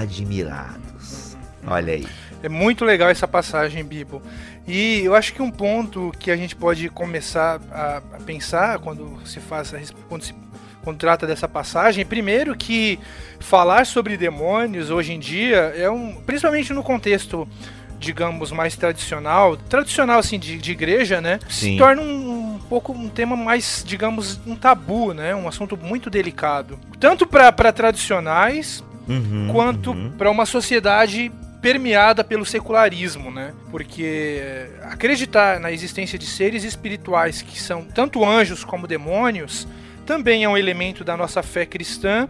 admirados. Olha aí. É muito legal essa passagem, Bibo. E eu acho que um ponto que a gente pode começar a, a pensar quando se faz, quando se quando trata dessa passagem, primeiro que falar sobre demônios hoje em dia é um, principalmente no contexto, digamos, mais tradicional, tradicional assim de, de igreja, né? Sim. Se torna um, um pouco um tema mais, digamos, um tabu, né? Um assunto muito delicado, tanto para tradicionais uhum, quanto uhum. para uma sociedade permeada pelo secularismo, né? Porque acreditar na existência de seres espirituais que são tanto anjos como demônios também é um elemento da nossa fé cristã.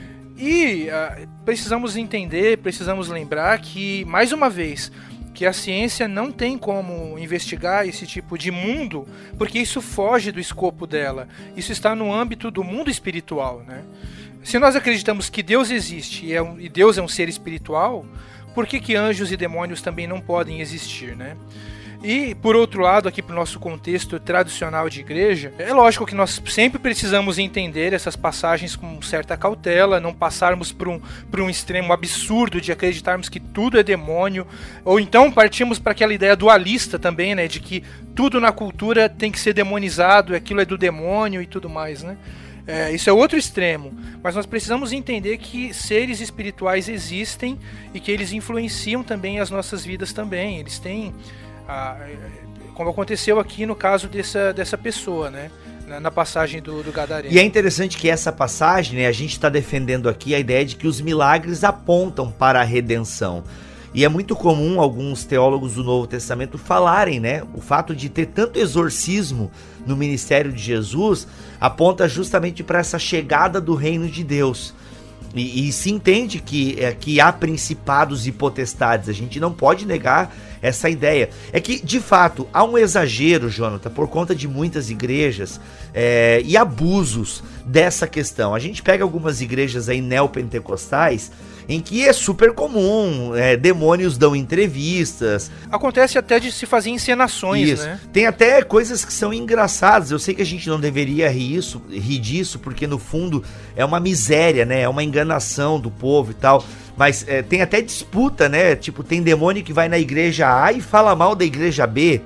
E uh, precisamos entender, precisamos lembrar que, mais uma vez, que a ciência não tem como investigar esse tipo de mundo, porque isso foge do escopo dela. Isso está no âmbito do mundo espiritual, né? Se nós acreditamos que Deus existe e, é um, e Deus é um ser espiritual, por que que anjos e demônios também não podem existir, né? E, por outro lado, aqui para o nosso contexto tradicional de igreja, é lógico que nós sempre precisamos entender essas passagens com certa cautela, não passarmos por um, por um extremo absurdo de acreditarmos que tudo é demônio, ou então partimos para aquela ideia dualista também, né, de que tudo na cultura tem que ser demonizado, aquilo é do demônio e tudo mais, né? É, isso é outro extremo, mas nós precisamos entender que seres espirituais existem e que eles influenciam também as nossas vidas também, eles têm... Ah, como aconteceu aqui no caso dessa, dessa pessoa, né? Na, na passagem do, do Gadareno. E é interessante que essa passagem, né, a gente está defendendo aqui a ideia de que os milagres apontam para a redenção. E é muito comum alguns teólogos do Novo Testamento falarem, né? O fato de ter tanto exorcismo no ministério de Jesus aponta justamente para essa chegada do reino de Deus. E, e se entende que, é, que há principados e potestades, a gente não pode negar essa ideia. É que, de fato, há um exagero, Jonathan, por conta de muitas igrejas é, e abusos dessa questão. A gente pega algumas igrejas aí neopentecostais em que é super comum, é, demônios dão entrevistas. Acontece até de se fazer encenações, isso, né? Tem até coisas que são engraçadas. Eu sei que a gente não deveria rir, isso, rir disso, porque no fundo é uma miséria, né? É uma enganação do povo e tal. Mas é, tem até disputa, né? Tipo, tem demônio que vai na igreja A e fala mal da igreja B.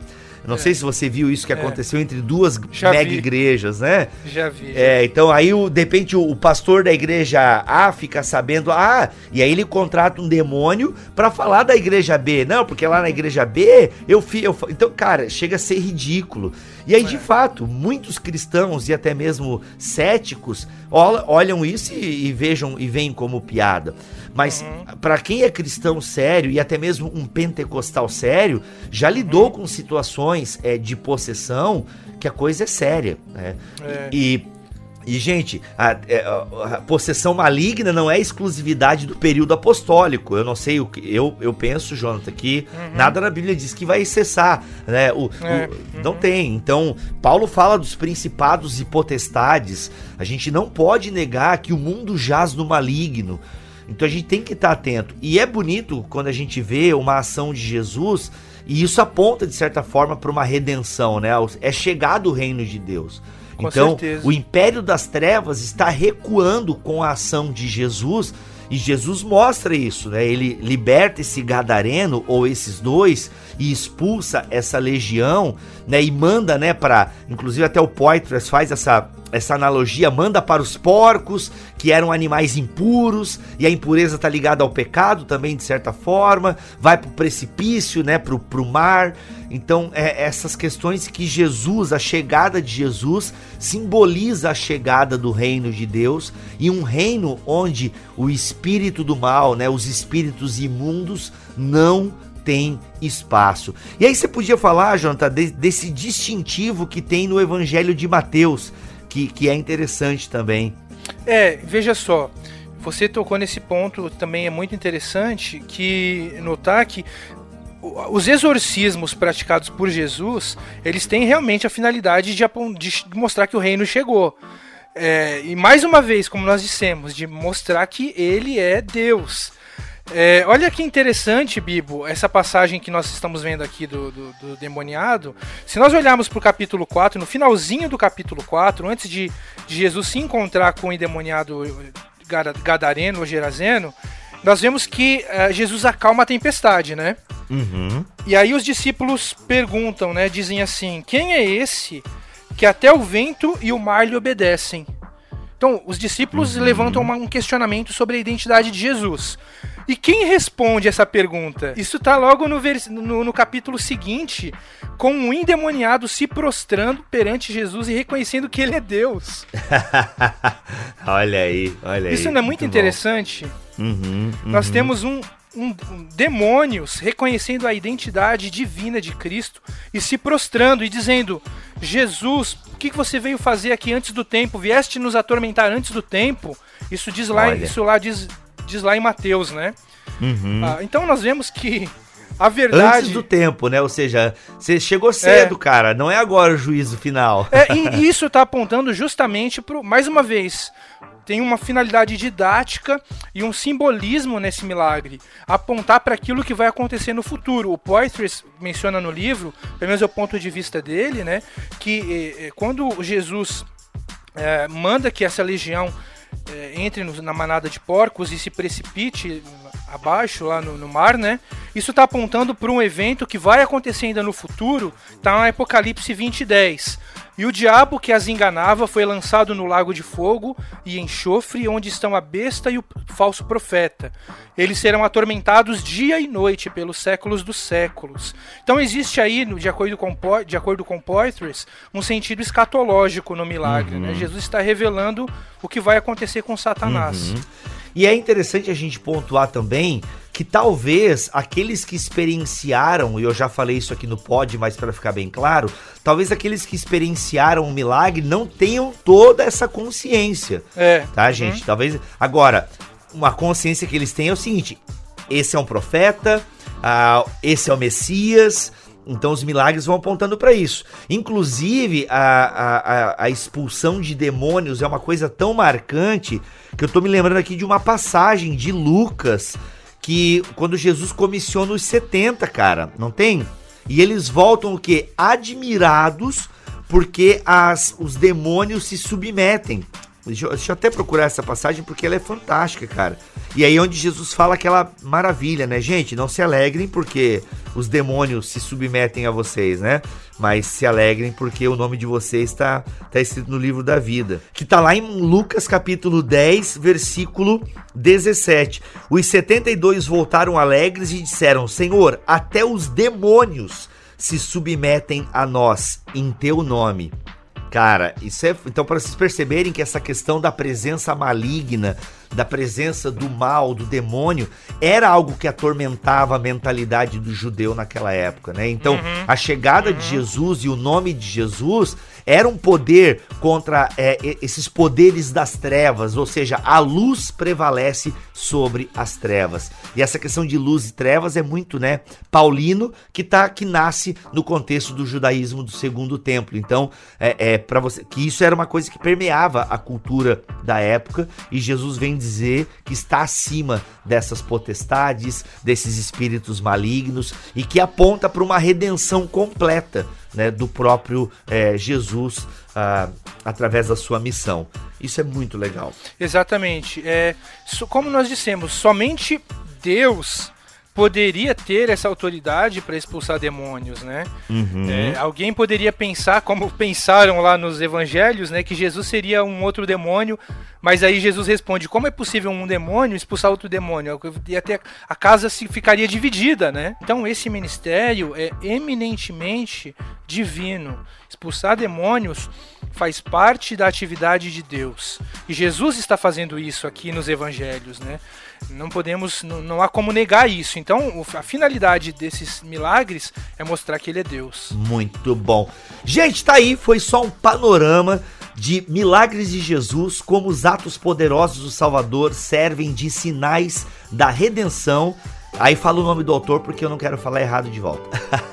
Eu não é. sei se você viu isso que é. aconteceu entre duas Já mega vi. igrejas, né? Já vi. Já É, vi. então aí, o, de repente, o, o pastor da igreja A fica sabendo, ah, e aí ele contrata um demônio pra falar da igreja B. Não, porque lá na igreja B, eu fiz... Então, cara, chega a ser ridículo. E aí, de fato, muitos cristãos e até mesmo céticos olham isso e, e vejam e veem como piada. Mas uhum. para quem é cristão sério e até mesmo um pentecostal sério, já lidou uhum. com situações é, de possessão que a coisa é séria, né? É. E, e, gente, a, a, a possessão maligna não é exclusividade do período apostólico. Eu não sei, o que eu, eu penso, Jonathan, que uhum. nada na Bíblia diz que vai cessar, né? O, é. o, uhum. Não tem. Então, Paulo fala dos principados e potestades. A gente não pode negar que o mundo jaz no maligno. Então a gente tem que estar atento. E é bonito quando a gente vê uma ação de Jesus, e isso aponta, de certa forma, para uma redenção, né? É chegado o reino de Deus. Com então, certeza. O império das trevas está recuando com a ação de Jesus, e Jesus mostra isso, né? Ele liberta esse gadareno, ou esses dois, e expulsa essa legião, né? E manda, né, para... Inclusive até o Poitras faz essa... essa analogia, manda para os porcos, que eram animais impuros, e a impureza está ligada ao pecado também, de certa forma, vai para o precipício, né, para o mar. Então, é, essas questões que Jesus, a chegada de Jesus, simboliza a chegada do reino de Deus, e um reino onde o espírito do mal, né, os espíritos imundos, não tem espaço. E aí você podia falar, Jonathan, de, desse distintivo que tem no Evangelho de Mateus, Que, que é interessante também. É, veja só, você tocou nesse ponto, também é muito interessante, que notar que os exorcismos praticados por Jesus, eles têm realmente a finalidade de, de mostrar que o reino chegou. É, e mais uma vez, como nós dissemos, de mostrar que ele é Deus. É, olha que interessante, Bibo, essa passagem que nós estamos vendo aqui do, do, do demoniado. Se nós olharmos para o capítulo quatro, no finalzinho do capítulo quatro, antes de, de Jesus se encontrar com o endemoniado gadareno ou gerazeno, nós vemos que uh, Jesus acalma a tempestade, né? Uhum. E aí os discípulos perguntam, né? Dizem assim: quem é esse que até o vento e o mar lhe obedecem? Então, os discípulos uhum. levantam uma, um questionamento sobre a identidade de Jesus. E quem responde essa pergunta? Isso está logo no, vers... no, no capítulo seguinte, com um endemoniado se prostrando perante Jesus e reconhecendo que ele é Deus. Olha aí, olha aí. Isso não é muito, muito interessante? Uhum, uhum. Nós temos um, um, um demônios reconhecendo a identidade divina de Cristo e se prostrando e dizendo: Jesus, o que você veio fazer aqui antes do tempo? Vieste nos atormentar antes do tempo? Isso diz lá, isso lá diz... diz lá em Mateus, né? Uhum. Ah, então nós vemos que a verdade... Antes do tempo, né? Ou seja, você chegou cedo, é. cara. Não é agora o juízo final. É, e isso está apontando justamente para, mais uma vez, tem uma finalidade didática e um simbolismo nesse milagre. Apontar para aquilo que vai acontecer no futuro. O Poitras menciona no livro, pelo menos é o ponto de vista dele, né? Que eh, quando Jesus eh, manda que essa legião É, entre no, na manada de porcos e se precipite abaixo lá no, no mar, né? Isso está apontando para um evento que vai acontecer ainda no futuro, está no Apocalipse vinte, dez. E o diabo que as enganava foi lançado no lago de fogo e enxofre, onde estão a besta e o falso profeta. Eles serão atormentados dia e noite pelos séculos dos séculos. Então existe aí, de acordo com, de acordo com Poitras, um sentido escatológico no milagre. Uhum. Né? Jesus está revelando o que vai acontecer com Satanás. Uhum. E é interessante a gente pontuar também que talvez aqueles que experienciaram, e eu já falei isso aqui no pod, mas para ficar bem claro, talvez aqueles que experienciaram o milagre não tenham toda essa consciência. É. Tá, gente? Uhum. Talvez... Agora, uma consciência que eles têm é o seguinte: esse é um profeta, uh, esse é o Messias. Então os milagres vão apontando para isso. Inclusive, a, a, a expulsão de demônios é uma coisa tão marcante que eu tô me lembrando aqui de uma passagem de Lucas, que quando Jesus comissiona os setenta, cara, não tem? E eles voltam o quê? Admirados porque as, os demônios se submetem. Deixa eu, deixa eu até procurar essa passagem porque ela é fantástica, cara. E aí onde Jesus fala aquela maravilha, né? Gente, não se alegrem porque os demônios se submetem a vocês, né? Mas se alegrem porque o nome de vocês está tá escrito no livro da vida. Que está lá em Lucas capítulo dez, versículo dezessete. Os setenta e dois voltaram alegres e disseram: Senhor, até os demônios se submetem a nós em teu nome. Cara, isso é... Então, para vocês perceberem que essa questão da presença maligna, da presença do mal, do demônio, era algo que atormentava a mentalidade do judeu naquela época, né? Então, uhum. a chegada uhum. de Jesus e o nome de Jesus era um poder contra é, esses poderes das trevas, ou seja, a luz prevalece sobre as trevas. E essa questão de luz e trevas é muito, né, paulino, que, tá, que nasce no contexto do judaísmo do Segundo Templo. Então, é, é para você que isso era uma coisa que permeava a cultura da época, e Jesus vem dizer que está acima dessas potestades, desses espíritos malignos, e que aponta para uma redenção completa, né, do próprio é, Jesus ah, através da sua missão. Isso é muito legal. Exatamente. É, como nós dissemos, somente Deus poderia ter essa autoridade para expulsar demônios, né? Uhum. É, alguém poderia pensar, como pensaram lá nos evangelhos, né, que Jesus seria um outro demônio, mas aí Jesus responde: como é possível um demônio expulsar outro demônio? E até a casa se ficaria dividida, né? Então esse ministério é eminentemente divino. Expulsar demônios faz parte da atividade de Deus. E Jesus está fazendo isso aqui nos evangelhos, né? Não podemos, não, não há como negar isso. Então, a finalidade desses milagres é mostrar que ele é Deus. Muito bom. Gente, tá aí, foi só um panorama de milagres de Jesus, como os atos poderosos do Salvador servem de sinais da redenção. Aí fala o nome do autor porque eu não quero falar errado de volta.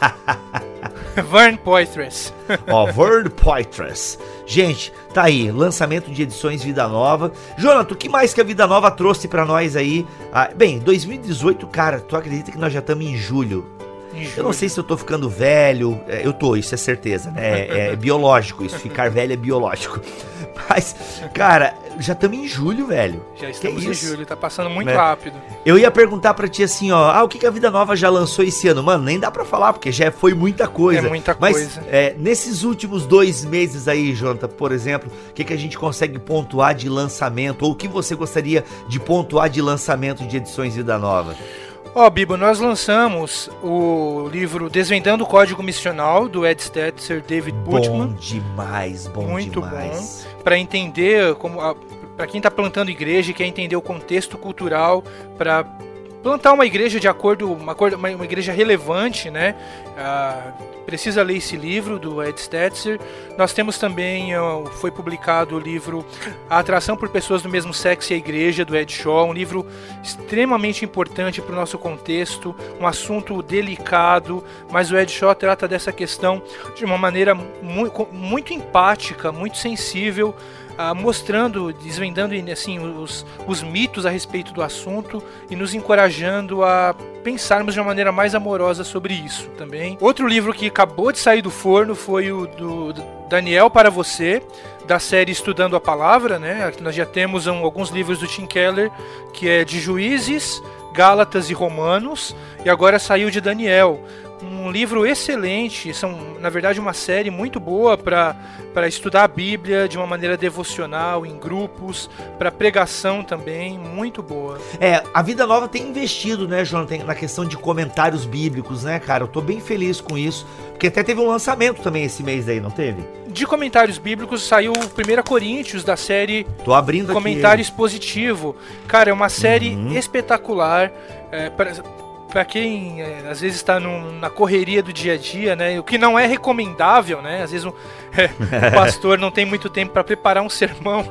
Vern Poitras. Ó, Vern Poitras. Gente, tá aí, lançamento de edições Vida Nova. Jonathan, o que mais que a Vida Nova trouxe pra nós aí? Ah, bem, dois mil e dezoito, cara, tu acredita que nós já estamos em julho? Em julho? Eu não sei se eu tô ficando velho, eu tô, isso é certeza, né? É, é biológico isso, ficar velho é biológico. Mas, cara, já estamos em julho, velho. Já estamos em julho, tá passando muito é. rápido. Eu ia perguntar pra ti assim, ó, ah, o que, que a Vida Nova já lançou esse ano? Mano, nem dá pra falar, porque já foi muita coisa. É muita Mas, coisa. É, nesses últimos dois meses aí, Jonathan, por exemplo, o que, que a gente consegue pontuar de lançamento? Ou o que você gostaria de pontuar de lançamento de edições Vida Nova? Ó, oh, Bibo, nós lançamos o livro Desvendando o Código Missional, do Ed Stetzer, David Putman. Bom demais, bom Muito demais. Muito bom. Para entender, como para quem está plantando igreja e quer entender o contexto cultural, para plantar uma igreja de acordo, uma, uma igreja relevante, né? Ah, precisa ler esse livro do Ed Stetzer. Nós temos também, uh, foi publicado o livro A Atração por Pessoas do Mesmo Sexo e a Igreja, do Ed Shaw, um livro extremamente importante para o nosso contexto, um assunto delicado, mas o Ed Shaw trata dessa questão de uma maneira muito, muito empática, muito sensível, Uh, mostrando, desvendando assim, os, os mitos a respeito do assunto e nos encorajando a pensarmos de uma maneira mais amorosa sobre isso também. Outro livro que acabou de sair do forno foi o do, do Daniel para Você, da série Estudando a Palavra, né? Aqui nós já temos um, alguns livros do Tim Keller, que é de Juízes, Gálatas e Romanos, e agora saiu de Daniel. Um livro excelente, são na verdade uma série muito boa para para estudar a Bíblia de uma maneira devocional, em grupos, para pregação também, muito boa. É, a Vida Nova tem investido, né, Jonathan, na questão de comentários bíblicos, né, cara? Eu tô bem feliz com isso, porque até teve um lançamento também esse mês aí, não teve? De comentários bíblicos saiu o primeiro Coríntios da série Tô abrindo Comentário aqui. Expositivo. Cara, é uma série uhum. espetacular. É, pra, Para quem é, às vezes está na correria do dia a dia, né, o que não é recomendável, né, às vezes um, é, o pastor não tem muito tempo para preparar um sermão,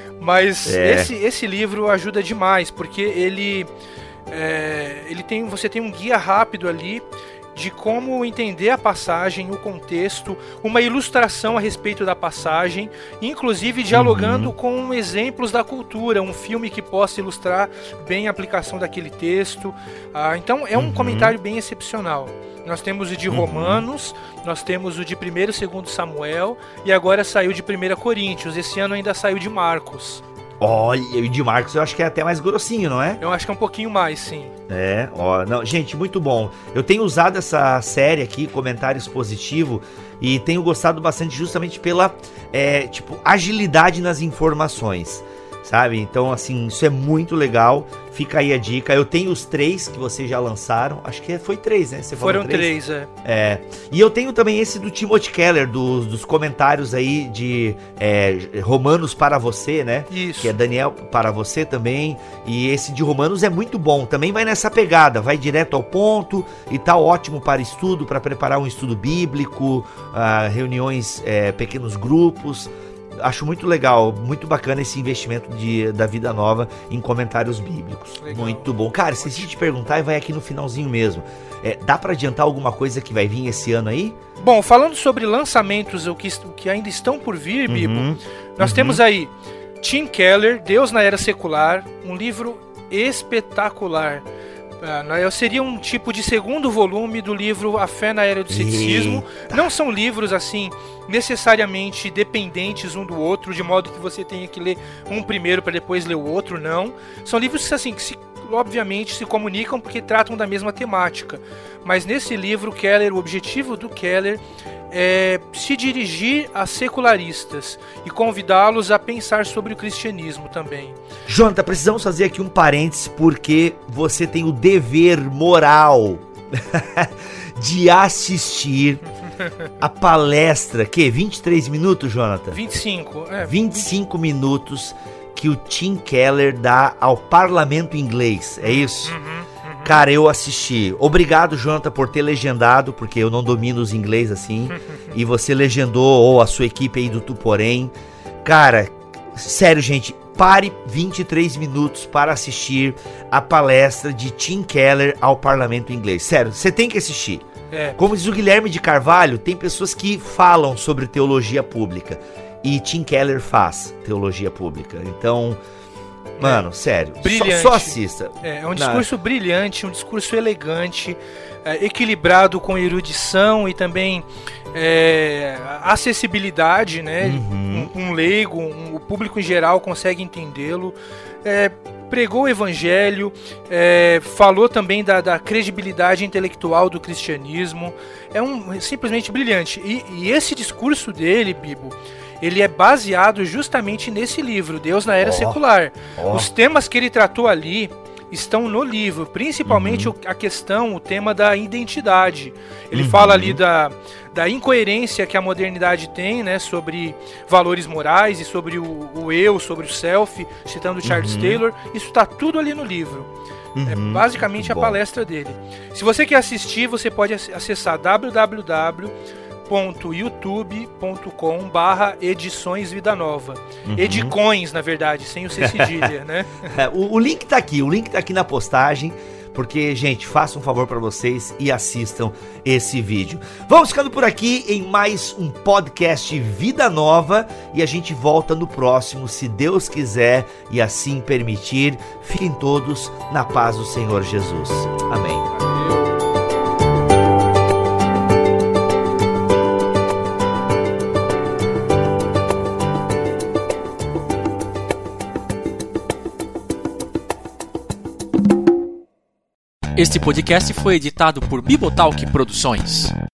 mas é. esse, esse livro ajuda demais, porque ele, é, ele tem, você tem um guia rápido ali de como entender a passagem, o contexto, uma ilustração a respeito da passagem, inclusive dialogando uhum. com exemplos da cultura, um filme que possa ilustrar bem a aplicação daquele texto. Ah, então é um uhum. comentário bem excepcional. Nós temos o de Romanos, uhum. nós temos o de primeiro e segundo Samuel, e agora saiu de primeiro Coríntios. Esse ano ainda saiu de Marcos. Olha, e de Marcos eu acho que é até mais grossinho, não é? Eu acho que é um pouquinho mais, sim. É, ó, não, gente, muito bom. Eu tenho usado essa série aqui, Comentários Positivo, e tenho gostado bastante justamente pela, é, tipo, agilidade nas informações, sabe? Então, assim, isso é muito legal. Fica aí a dica. Eu tenho os três que vocês já lançaram. Acho que foi três, né? Você Foram falou três? três, é. É. E eu tenho também esse do Timothy Keller, dos, dos comentários aí de é, Romanos para você, né? Isso. Que é Daniel para você também. E esse de Romanos é muito bom. Também vai nessa pegada, vai direto ao ponto e tá ótimo para estudo, para preparar um estudo bíblico, uh, reuniões, é, pequenos grupos. Acho muito legal, muito bacana esse investimento de, da Vida Nova em comentários bíblicos. Legal. Muito bom. Cara, se a gente te perguntar, e vai aqui no finalzinho mesmo, é, dá pra adiantar alguma coisa que vai vir esse ano aí? Bom, falando sobre lançamentos, o que, o que ainda estão por vir, uhum, Bibo, nós uhum. temos aí Tim Keller, Deus na Era Secular, um livro espetacular. Uh, seria um tipo de segundo volume do livro A Fé na Era do Ceticismo. Eita. Não são livros assim necessariamente dependentes um do outro, de modo que você tenha que ler um primeiro para depois ler o outro, não. São livros assim que se, obviamente se comunicam porque tratam da mesma temática. Mas nesse livro, Keller, o objetivo do Keller é se dirigir a secularistas e convidá-los a pensar sobre o cristianismo também. Jonathan, precisamos fazer aqui um parênteses porque você tem o dever moral de assistir a palestra, que vinte e três minutos, Jonathan? vinte e cinco, é. vinte e cinco minutos que o Tim Keller dá ao parlamento inglês, é isso? Uhum. Cara, eu assisti. Obrigado, Jonathan, por ter legendado, porque eu não domino os inglês assim. E você legendou, ou a sua equipe aí do Tuporém. Cara, sério, gente, pare vinte e três minutos para assistir a palestra de Tim Keller ao parlamento inglês. Sério, você tem que assistir. É. Como diz o Guilherme de Carvalho, tem pessoas que falam sobre teologia pública. E Tim Keller faz teologia pública. Então... Mano, é, sério, brilhante. Só, só assista. É, é um discurso Não. brilhante, um discurso elegante, é, equilibrado com erudição e também é, acessibilidade, né? Uhum. Um, um leigo, um, o público em geral consegue entendê-lo. É, pregou o evangelho, é, falou também da, da credibilidade intelectual do cristianismo. É um simplesmente brilhante. E, e esse discurso dele, Bibo, ele é baseado justamente nesse livro, Deus na Era oh, Secular. Oh. Os temas que ele tratou ali estão no livro, principalmente uhum. a questão, o tema da identidade. Ele uhum. fala ali da, da incoerência que a modernidade tem, né, sobre valores morais e sobre o, o eu, sobre o self, citando Charles uhum. Taylor. Isso está tudo ali no livro. Uhum. É basicamente a palestra dele. Se você quer assistir, você pode acessar w w w ponto youtube ponto com barra edições Vida Nova. Uhum. Edicões, na verdade, sem o C cedilha, né? o, o link tá aqui, o link tá aqui na postagem, porque, gente, faça um favor para vocês e assistam esse vídeo. Vamos ficando por aqui em mais um podcast Vida Nova e a gente volta no próximo, se Deus quiser e assim permitir. Fiquem todos na paz do Senhor Jesus. Amém. Este podcast foi editado por Bibotalk Produções.